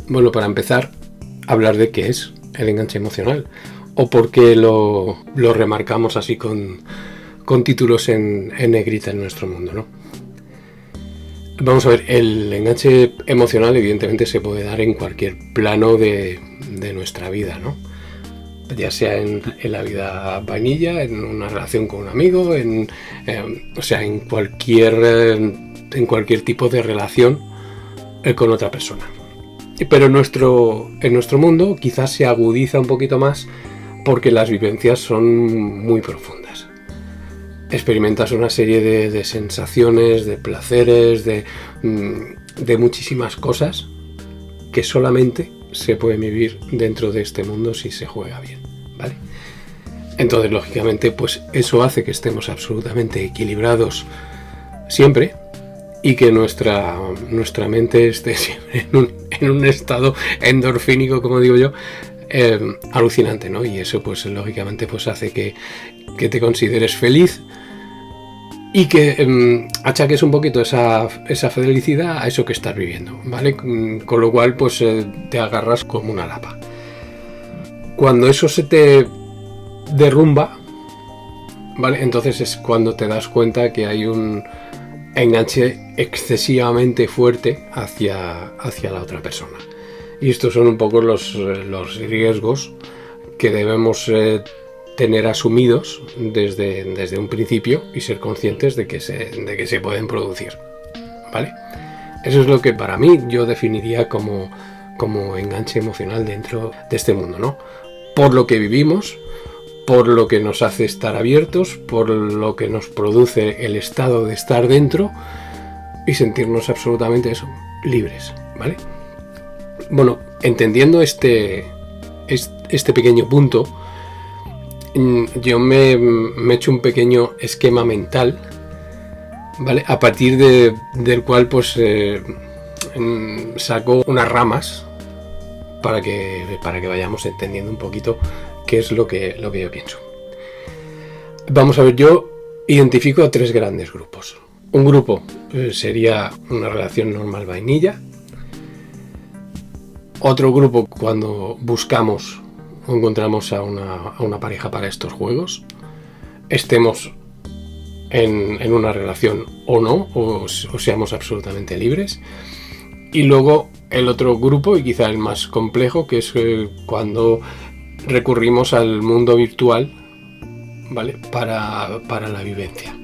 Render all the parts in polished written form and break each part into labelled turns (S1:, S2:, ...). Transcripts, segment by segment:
S1: Bueno, para empezar, hablar de qué es el enganche emocional o por qué lo remarcamos así con títulos en negrita en nuestro mundo, ¿no? Vamos a ver, el enganche emocional evidentemente se puede dar en cualquier plano de nuestra vida, ¿no? Ya sea en la vida vainilla, en una relación con un amigo, o sea, en cualquier tipo de relación con otra persona. Pero en nuestro mundo quizás se agudiza un poquito más porque las vivencias son muy profundas. Experimentas una serie de sensaciones, de placeres, de muchísimas cosas que solamente se pueden vivir dentro de este mundo si se juega bien, ¿vale? Entonces, lógicamente, pues eso hace que estemos absolutamente equilibrados siempre y que nuestra mente esté siempre en un estado endorfínico, como digo yo, alucinante, ¿no? Y eso, pues lógicamente, pues hace que te consideres feliz y que achaques un poquito esa felicidad a eso que estás viviendo, ¿vale? Con lo cual, pues te agarras como una lapa. Cuando eso se te derrumba, ¿vale? Entonces es cuando te das cuenta que hay un enganche excesivamente fuerte hacia la otra persona. Y estos son un poco los riesgos que debemos tener asumidos desde un principio y ser conscientes de que se pueden producir, ¿vale? Eso es lo que para mí yo definiría como enganche emocional dentro de este mundo, ¿no? Por lo que vivimos, por lo que nos hace estar abiertos, por lo que nos produce el estado de estar dentro y sentirnos absolutamente eso, libres, ¿vale? Bueno, entendiendo este pequeño punto, yo me he hecho un pequeño esquema mental, ¿vale? A partir del cual pues saco unas ramas para que vayamos entendiendo un poquito qué es lo que yo pienso. Vamos a ver, yo identifico a 3 grandes grupos. Un grupo sería una relación normal vainilla. Otro grupo cuando buscamos o encontramos a una pareja para estos juegos, estemos en una relación o no, o seamos absolutamente libres. Y luego el otro grupo, y quizá el más complejo, que es cuando recurrimos al mundo virtual, ¿vale? Para la vivencia.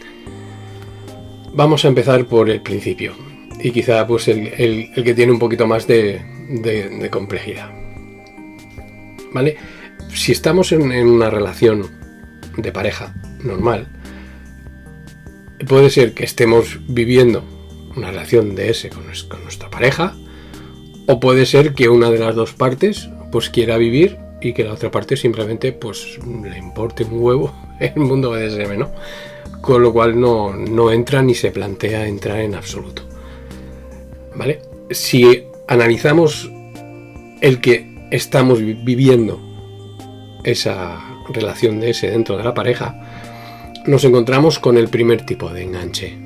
S1: Vamos a empezar por el principio y quizá pues el que tiene un poquito más de complejidad, ¿vale? Si estamos en una relación de pareja normal, puede ser que estemos viviendo una relación de ese con nuestra pareja, o puede ser que una de las dos partes pues quiera vivir y que la otra parte simplemente pues le importe un huevo el mundo BDSM, ¿no? Con lo cual no entra ni se plantea entrar en absoluto, ¿vale? Si analizamos el que estamos viviendo esa relación de ese dentro de la pareja, nos encontramos con el primer tipo de enganche.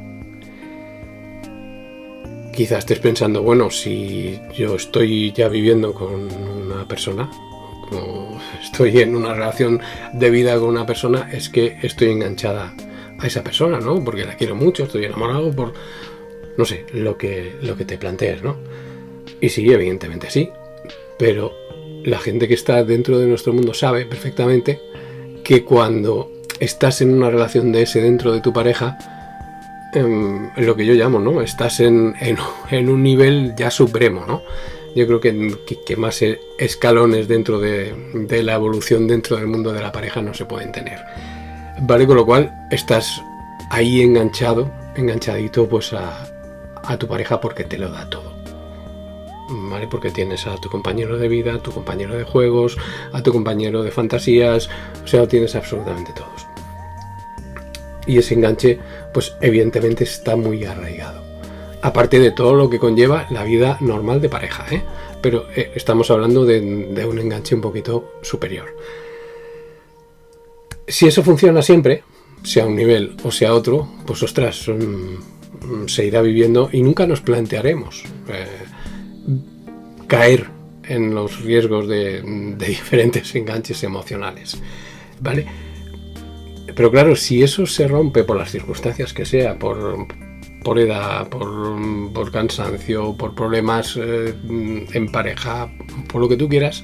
S1: Quizás estés pensando, bueno, si yo estoy ya viviendo con una persona, o estoy en una relación de vida con una persona, es que estoy enganchada a esa persona, ¿no? Porque la quiero mucho, estoy enamorado por, no sé, lo que te plantees, ¿no? Y sí, evidentemente sí, pero la gente que está dentro de nuestro mundo sabe perfectamente que estás en una relación de ese dentro de tu pareja, lo que yo llamo, ¿no? Estás en un nivel ya supremo, ¿no? Yo creo que más escalones dentro de la evolución dentro del mundo de la pareja no se pueden tener, ¿vale? Con lo cual estás ahí enganchadito pues a tu pareja porque te lo da todo, ¿vale? Porque tienes a tu compañero de vida, a tu compañero de juegos, a tu compañero de fantasías, o sea, lo tienes absolutamente todos. Y ese enganche, pues evidentemente está muy arraigado. Aparte de todo lo que conlleva la vida normal de pareja, ¿eh? Pero estamos hablando de un enganche un poquito superior. Si eso funciona siempre, sea un nivel o sea otro, pues ostras, se irá viviendo y nunca nos plantearemos caer en los riesgos de diferentes enganches emocionales, ¿vale? Pero claro, si eso se rompe por las circunstancias que sea, por edad, por cansancio, por problemas en pareja, por lo que tú quieras,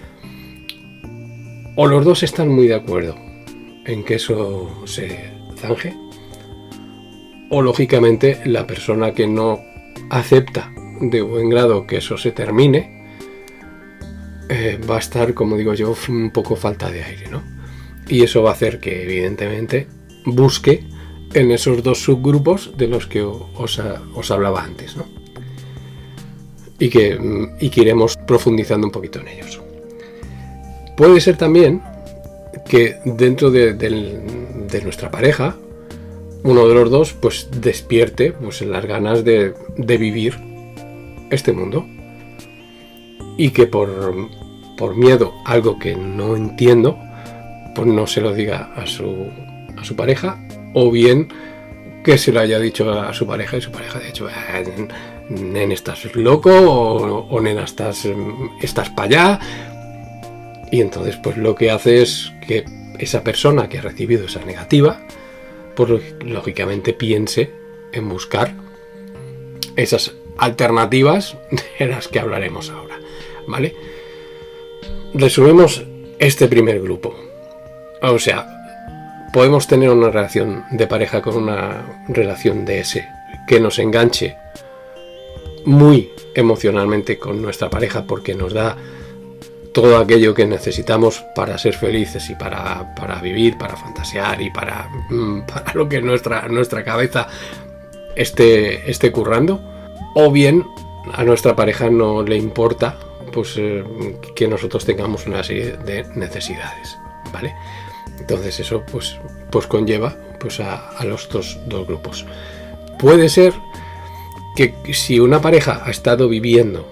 S1: o los dos están muy de acuerdo en que eso se zanje, o lógicamente la persona que no acepta de buen grado que eso se termine va a estar, como digo yo, un poco falta de aire, ¿no? Y eso va a hacer que evidentemente busque en esos dos subgrupos de los que os hablaba antes, ¿no? Y que iremos profundizando un poquito en ellos. Puede ser también que dentro de nuestra pareja, uno de los dos pues despierte pues las ganas de vivir este mundo, y que por miedo a algo que no entiendo, pues no se lo diga a su pareja, o bien que se lo haya dicho a su pareja y su pareja ha dicho, nena, estás loco, o nena, estás para allá. Y entonces pues lo que hace es que esa persona que ha recibido esa negativa, pues lógicamente piense en buscar esas alternativas de las que hablaremos ahora, ¿vale? Resumimos este primer grupo. O sea, podemos tener una relación de pareja con una relación DS que nos enganche muy emocionalmente con nuestra pareja, porque nos da todo aquello que necesitamos para ser felices y para vivir, para fantasear y para lo que nuestra cabeza esté currando. O bien a nuestra pareja no le importa pues que nosotros tengamos una serie de necesidades, ¿vale? Entonces eso pues conlleva pues a los dos grupos. Puede ser que si una pareja ha estado viviendo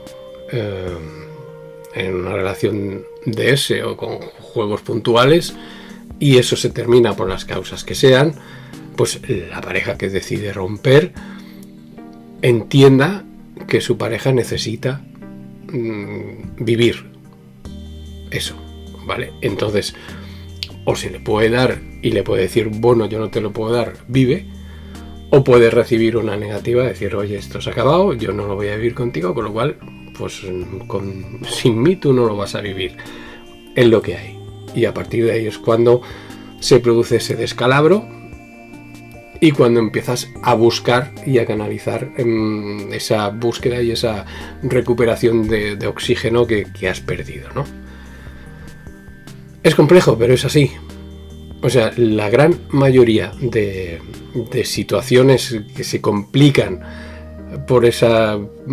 S1: en una relación de ese o con juegos puntuales y eso se termina por las causas que sean, pues la pareja que decide romper entienda que su pareja necesita vivir eso, ¿vale? Entonces o se le puede dar y le puede decir, bueno, yo no te lo puedo dar, vive, o puede recibir una negativa, decir, oye, esto se ha acabado, yo no lo voy a vivir contigo, con lo cual pues sin mí tú no lo vas a vivir. Es lo que hay. Y a partir de ahí es cuando se produce ese descalabro y cuando empiezas a buscar y a canalizar esa búsqueda y esa recuperación de oxígeno que has perdido, ¿no? Es complejo, pero es así. O sea, la gran mayoría de situaciones que se complican por esa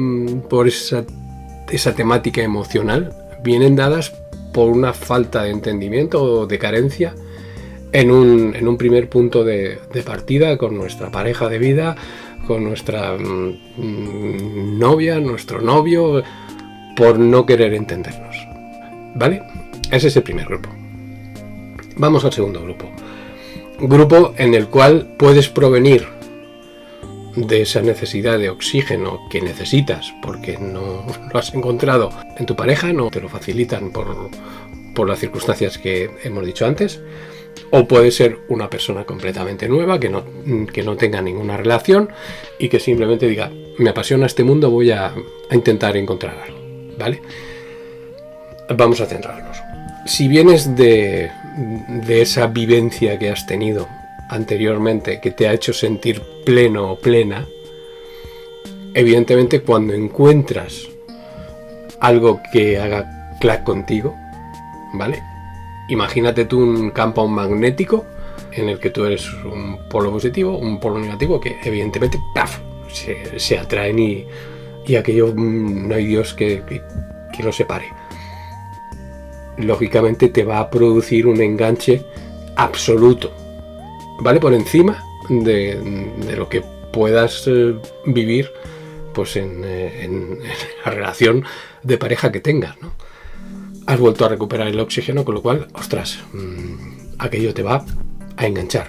S1: temática emocional vienen dadas por una falta de entendimiento o de carencia en un primer punto de partida con nuestra pareja de vida, con nuestra novia, nuestro novio, por no querer entendernos, ¿vale? Ese es el primer grupo. Vamos al segundo grupo. Grupo en el cual puedes provenir de esa necesidad de oxígeno que necesitas porque no lo has encontrado en tu pareja, no te lo facilitan por las circunstancias que hemos dicho antes, o puede ser una persona completamente nueva que no tenga ninguna relación y que simplemente diga, me apasiona este mundo, voy a intentar encontrar algo, ¿vale? Vamos a centrarnos. Si vienes de esa vivencia que has tenido anteriormente, que te ha hecho sentir pleno o plena, evidentemente cuando encuentras algo que haga clac contigo, ¿vale? Imagínate tú un campo magnético en el que tú eres un polo positivo, un polo negativo, que evidentemente ¡paf!, se atraen y aquello no hay Dios que lo separe. Lógicamente te va a producir un enganche absoluto, ¿vale? Por encima de lo que puedas vivir pues en la relación de pareja que tengas, ¿no? Has vuelto a recuperar el oxígeno, con lo cual, ostras, aquello te va a enganchar.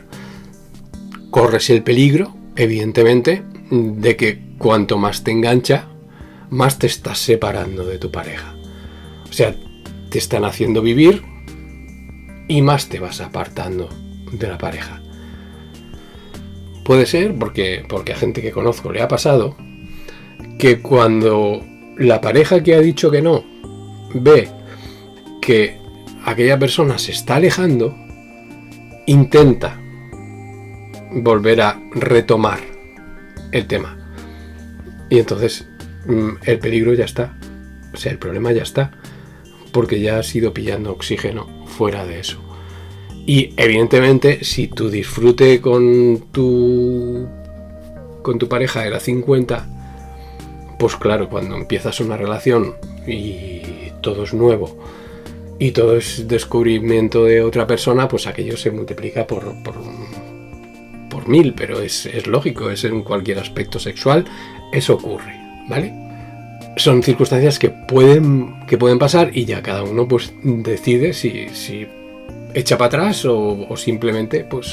S1: Corres el peligro, evidentemente, de que cuanto más te engancha, más te estás separando de tu pareja. O sea, te están haciendo vivir y más te vas apartando de la pareja. Puede ser porque a gente que conozco le ha pasado que cuando la pareja que ha dicho que no ve que aquella persona se está alejando, intenta volver a retomar el tema. Y entonces el peligro ya está. O sea, el problema ya está. Porque ya has ido pillando oxígeno fuera de eso. Y evidentemente, si tu disfrute con tu pareja era 50, pues claro, cuando empiezas una relación y todo es nuevo y todo es descubrimiento de otra persona, pues aquello se multiplica por 1000, pero es lógico, es en cualquier aspecto sexual, eso ocurre, ¿vale? Son circunstancias que pueden pasar y ya cada uno pues decide si echa para atrás o simplemente pues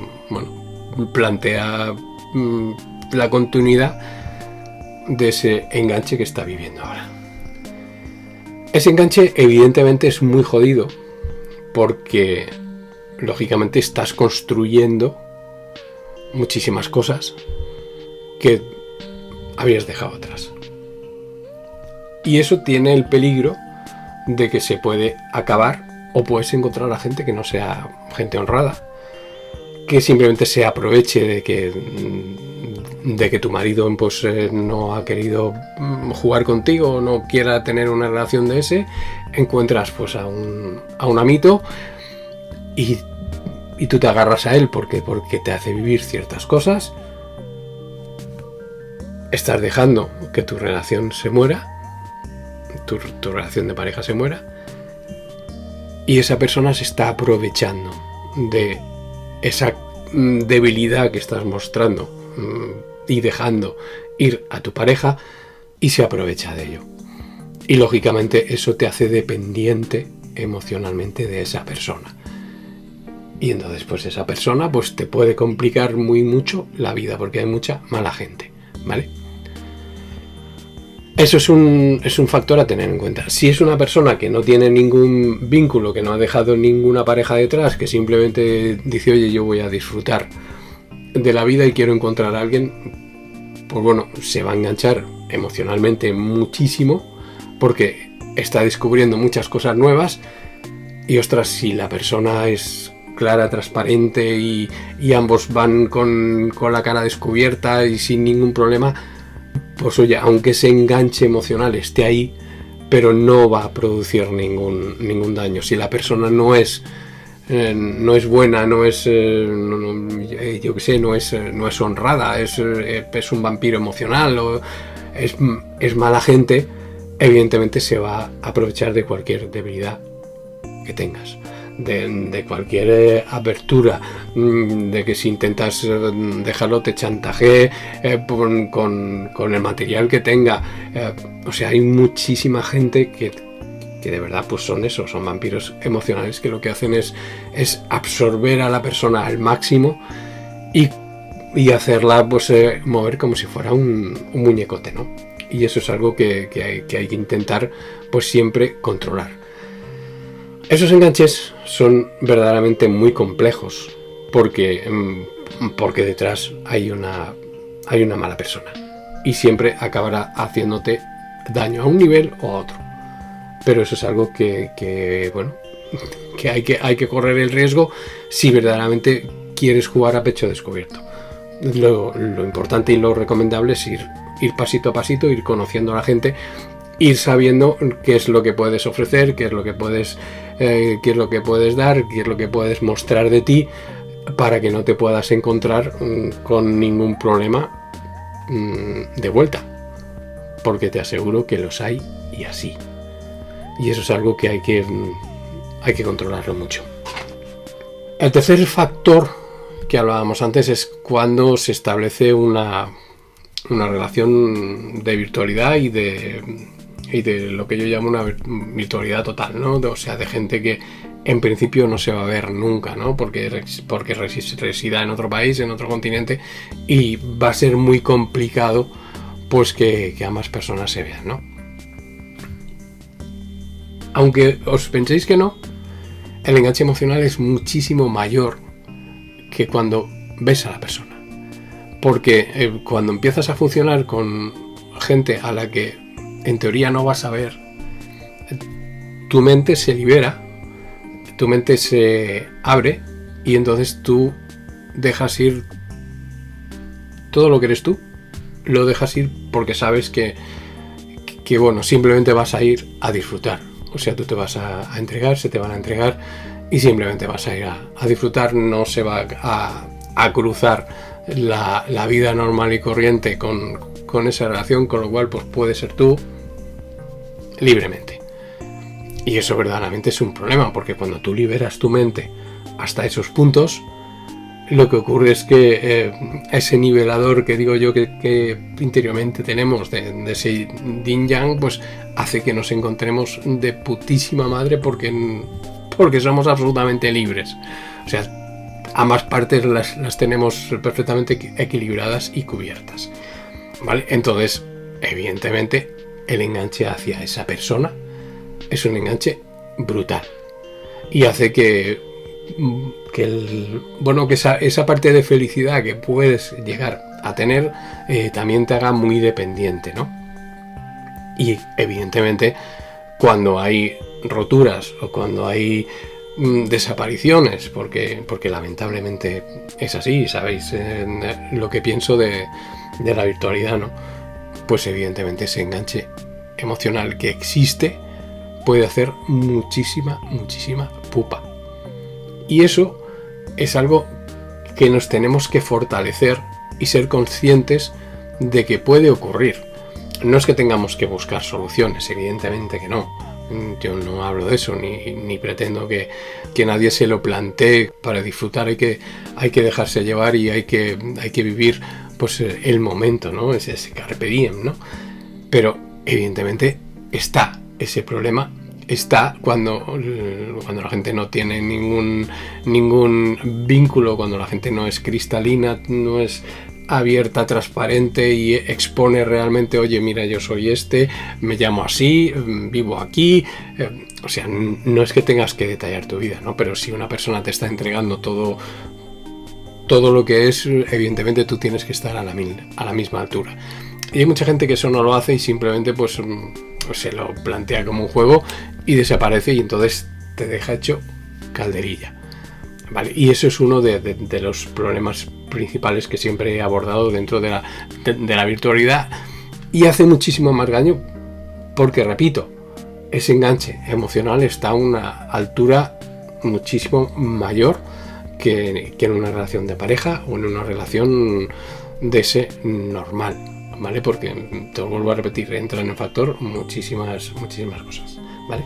S1: plantea la continuidad de ese enganche que está viviendo ahora. Ese enganche evidentemente es muy jodido porque lógicamente estás construyendo muchísimas cosas que habías dejado atrás. Y eso tiene el peligro de que se puede acabar o puedes encontrar a gente que no sea gente honrada, que simplemente se aproveche de que tu marido pues no ha querido jugar contigo, no quiera tener una relación de ese, encuentras pues a un amito y tú te agarras a él porque te hace vivir ciertas cosas. Estás dejando que tu relación se muera, tu relación de pareja se muera, y esa persona se está aprovechando de esa debilidad que estás mostrando y dejando ir a tu pareja, y se aprovecha de ello. Y lógicamente eso te hace dependiente emocionalmente de esa persona. Y entonces pues esa persona pues te puede complicar mucho la vida, porque hay mucha mala gente, ¿vale? Eso es un factor a tener en cuenta. Si es una persona que no tiene ningún vínculo, que no ha dejado ninguna pareja detrás, que simplemente dice, oye, yo voy a disfrutar de la vida y quiero encontrar a alguien, pues bueno, se va a enganchar emocionalmente muchísimo porque está descubriendo muchas cosas nuevas. Y ostras, si la persona es clara, transparente y ambos van con la cara descubierta y sin ningún problema, pues oye, aunque ese enganche emocional esté ahí, pero no va a producir ningún daño. Si la persona no es buena, no es yo qué sé, no es honrada, es un vampiro emocional o es mala gente, evidentemente se va a aprovechar de cualquier debilidad que tengas, de cualquier apertura, de que si intentas dejarlo te chantajee con el material que tenga. O sea, hay muchísima gente que de verdad pues son vampiros emocionales, que lo que hacen es absorber a la persona al máximo y hacerla pues mover como si fuera un muñecote, ¿no? Y eso es algo que hay que intentar pues siempre controlar. Esos enganches son verdaderamente muy complejos porque detrás hay una mala persona y siempre acabará haciéndote daño a un nivel o a otro. Pero eso es algo que hay que correr el riesgo si verdaderamente quieres jugar a pecho descubierto. Lo importante y lo recomendable es ir pasito a pasito, ir conociendo a la gente, ir sabiendo qué es lo que puedes ofrecer, qué es lo que puedes dar, qué es lo que puedes mostrar de ti, para que no te puedas encontrar con ningún problema de vuelta, porque te aseguro que los hay y así. Y eso es algo que hay que controlarlo mucho. El tercer factor que hablábamos antes es cuando se establece una relación de virtualidad y de lo que yo llamo una virtualidad total, ¿no? O sea, de gente que en principio no se va a ver nunca, ¿no? Porque resida en otro país, en otro continente, y va a ser muy complicado pues que ambas personas se vean, ¿no? Aunque os penséis que no, el enganche emocional es muchísimo mayor que cuando ves a la persona. Porque cuando empiezas a funcionar con gente a la que en teoría no vas a ver, tu mente se libera, tu mente se abre y entonces tú dejas ir todo lo que eres tú, lo dejas ir porque sabes que bueno, simplemente vas a ir a disfrutar. O sea, tú te vas a entregar, se te van a entregar y simplemente vas a ir a disfrutar. No se va a cruzar la vida normal y corriente con esa relación, con lo cual pues puedes ser tú libremente. Y eso verdaderamente es un problema, porque cuando tú liberas tu mente hasta esos puntos, lo que ocurre es que ese nivelador que digo yo que interiormente tenemos de ese yin yang, pues hace que nos encontremos de putísima madre porque somos absolutamente libres. O sea, ambas partes las tenemos perfectamente equilibradas y cubiertas, ¿vale? Entonces, evidentemente, el enganche hacia esa persona es un enganche brutal y hace que esa parte de felicidad que puedes llegar a tener también te haga muy dependiente, ¿no? Y evidentemente cuando hay roturas o cuando hay desapariciones, porque lamentablemente es así, sabéis lo que pienso de la virtualidad, ¿no? Pues evidentemente ese enganche emocional que existe puede hacer muchísima pupa. Y eso es algo que nos tenemos que fortalecer y ser conscientes de que puede ocurrir. No es que tengamos que buscar soluciones, evidentemente que no. Yo no hablo de eso, ni pretendo que nadie se lo plantee para disfrutar. Hay que dejarse llevar y hay que vivir pues el momento, ¿no? Ese carpe diem, ¿no? Pero evidentemente está ese problema. Está cuando la gente no tiene ningún vínculo, cuando la gente no es cristalina, no es abierta, transparente y expone realmente, oye, mira, yo soy me llamo así, vivo aquí. O sea, no es que tengas que detallar tu vida, ¿no? Pero si una persona te está entregando todo lo que es, evidentemente tú tienes que estar a la misma altura. Y hay mucha gente que eso no lo hace y simplemente pues se lo plantea como un juego y desaparece y entonces te deja hecho calderilla, ¿vale? Y eso es uno de los problemas principales que siempre he abordado dentro de la virtualidad y hace muchísimo más daño porque, repito, ese enganche emocional está a una altura muchísimo mayor que en una relación de pareja o en una relación de ese normal, ¿vale? Porque, te lo vuelvo a repetir, entran en factor muchísimas cosas, ¿vale?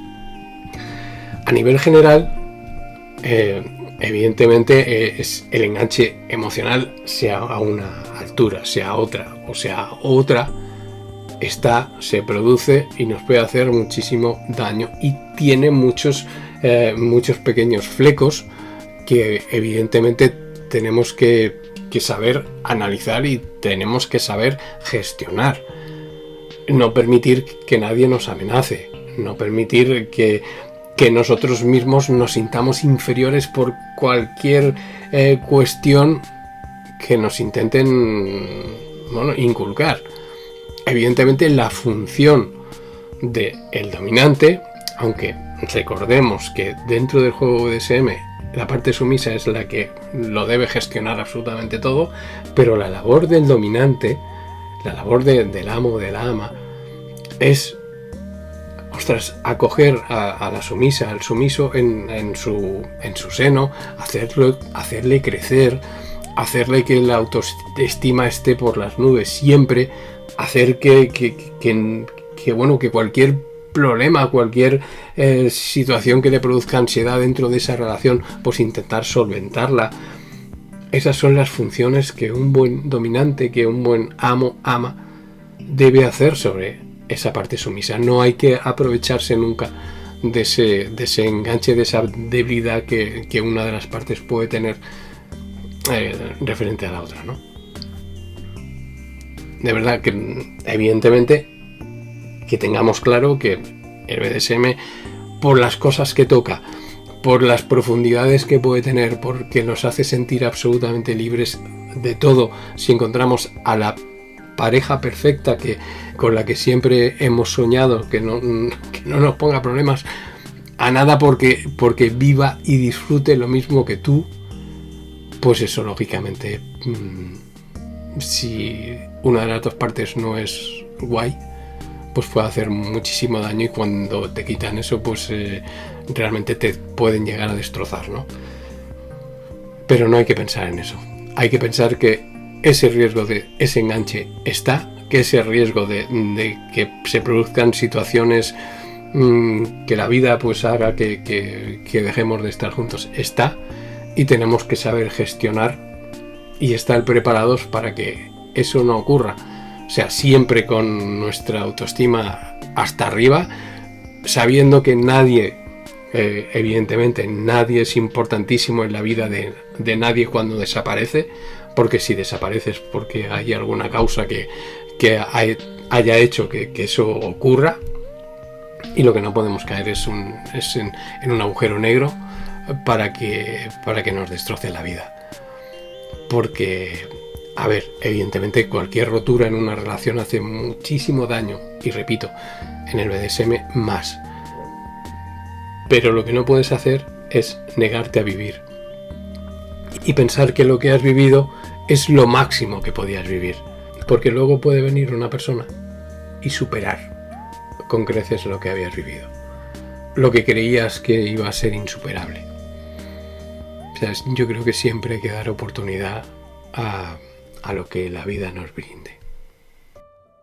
S1: A nivel general, evidentemente es el enganche emocional, sea a una altura, sea otra o sea otra, se produce y nos puede hacer muchísimo daño y tiene muchos pequeños flecos que evidentemente tenemos que saber analizar y tenemos que saber gestionar. No permitir que nadie nos amenace, no permitir que nosotros mismos nos sintamos inferiores por cualquier cuestión que nos intenten inculcar. Evidentemente la función del dominante, aunque recordemos que dentro del juego BDSM la parte sumisa es la que lo debe gestionar absolutamente todo, pero la labor del dominante, la labor del amo o de la ama, es acoger a la sumisa, al sumiso en su seno, hacerle crecer, hacerle que la autoestima esté por las nubes siempre, hacer que cualquier problema, cualquier situación que le produzca ansiedad dentro de esa relación, pues intentar solventarla. Esas son las funciones que un buen dominante, que un buen ama debe hacer sobre esa parte sumisa. No hay que aprovecharse nunca de ese enganche, de esa debilidad que una de las partes puede tener referente a la otra, ¿no? de verdad que evidentemente que tengamos claro que el BDSM, por las cosas que toca, por las profundidades que puede tener, porque nos hace sentir absolutamente libres de todo, si encontramos a la pareja perfecta con la que siempre hemos soñado, que no nos ponga problemas a nada porque viva y disfrute lo mismo que tú, pues eso lógicamente, si una de las dos partes no es guay, pues puede hacer muchísimo daño, y cuando te quitan eso, pues realmente te pueden llegar a destrozar, ¿no? Pero no hay que pensar en eso. Hay que pensar que ese riesgo de ese enganche está, que ese riesgo de que se produzcan situaciones que la vida pues haga que dejemos de estar juntos está, y tenemos que saber gestionar y estar preparados para que eso no ocurra. O sea, siempre con nuestra autoestima hasta arriba, sabiendo que nadie, evidentemente nadie es importantísimo en la vida de nadie cuando desaparece, porque si desapareces porque hay alguna causa que haya hecho que eso ocurra, y lo que no podemos caer es en un agujero negro para que nos destroce la vida. Porque, a ver, evidentemente cualquier rotura en una relación hace muchísimo daño, y repito, en el BDSM más. Pero lo que no puedes hacer es negarte a vivir y pensar que lo que has vivido es lo máximo que podías vivir, porque luego puede venir una persona y superar con creces lo que habías vivido, lo que creías que iba a ser insuperable. O sea, yo creo que siempre hay que dar oportunidad a lo que la vida nos brinde.